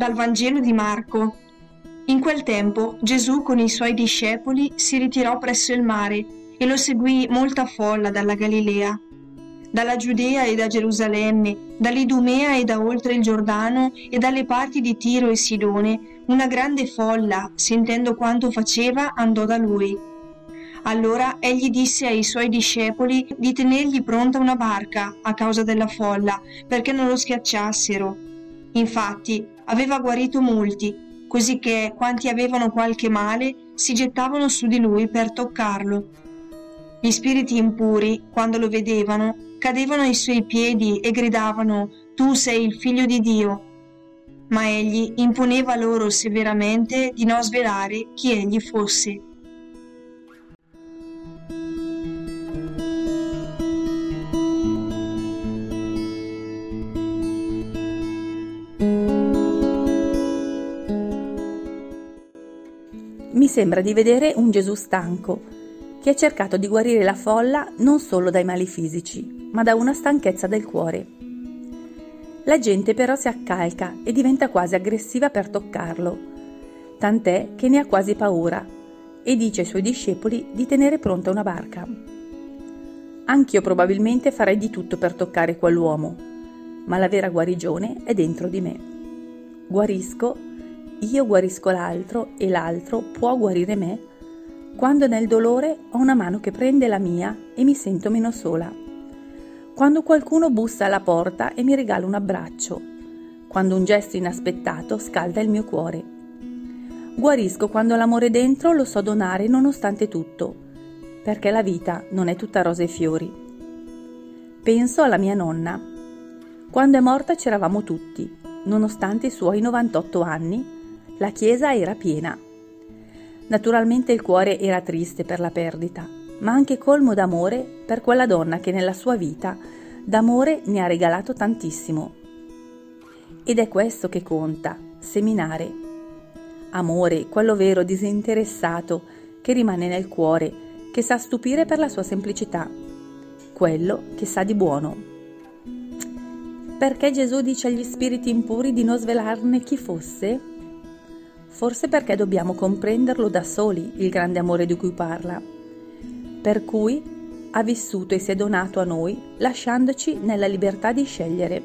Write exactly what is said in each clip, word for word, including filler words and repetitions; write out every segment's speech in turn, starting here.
Dal Vangelo di Marco. In quel tempo Gesù con i suoi discepoli si ritirò presso il mare e lo seguì molta folla dalla Galilea, dalla Giudea e da Gerusalemme, dall'Idumea e da oltre il Giordano e dalle parti di Tiro e Sidone. Una grande folla, sentendo quanto faceva, andò da lui. Allora egli disse ai suoi discepoli di tenergli pronta una barca a causa della folla, perché non lo schiacciassero. Infatti aveva guarito molti, così che quanti avevano qualche male si gettavano su di lui per toccarlo. Gli spiriti impuri, quando lo vedevano, cadevano ai suoi piedi e gridavano: «Tu sei il figlio di Dio». Ma egli imponeva loro severamente di non svelare chi egli fosse. Mi sembra di vedere un Gesù stanco, che ha cercato di guarire la folla non solo dai mali fisici, ma da una stanchezza del cuore. La gente però si accalca e diventa quasi aggressiva per toccarlo, tant'è che ne ha quasi paura e dice ai suoi discepoli di tenere pronta una barca. Anch'io probabilmente farei di tutto per toccare quell'uomo, ma la vera guarigione è dentro di me. Guarisco, io guarisco l'altro e l'altro può guarire me quando nel dolore ho una mano che prende la mia e mi sento meno sola. Quando qualcuno bussa alla porta e mi regala un abbraccio, quando un gesto inaspettato scalda il mio cuore. Guarisco quando l'amore dentro lo so donare nonostante tutto, perché la vita non è tutta rose e fiori. Penso alla mia nonna. Quando è morta c'eravamo tutti, nonostante i suoi novantotto anni, la chiesa era piena. Naturalmente il cuore era triste per la perdita, ma anche colmo d'amore per quella donna che nella sua vita d'amore ne ha regalato tantissimo. Ed è questo che conta, seminare. Amore, quello vero, disinteressato, che rimane nel cuore, che sa stupire per la sua semplicità, quello che sa di buono. Perché Gesù dice agli spiriti impuri di non svelarne chi fosse? Forse perché dobbiamo comprenderlo da soli, il grande amore di cui parla. Per cui ha vissuto e si è donato a noi, lasciandoci nella libertà di scegliere.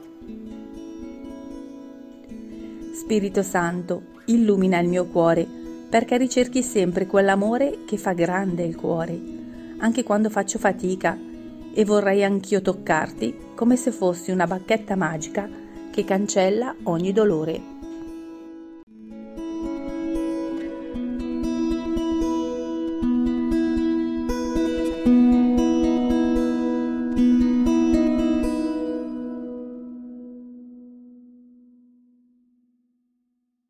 Spirito Santo, illumina il mio cuore, perché ricerchi sempre quell'amore che fa grande il cuore, anche quando faccio fatica, e vorrei anch'io toccarti come se fossi una bacchetta magica che cancella ogni dolore.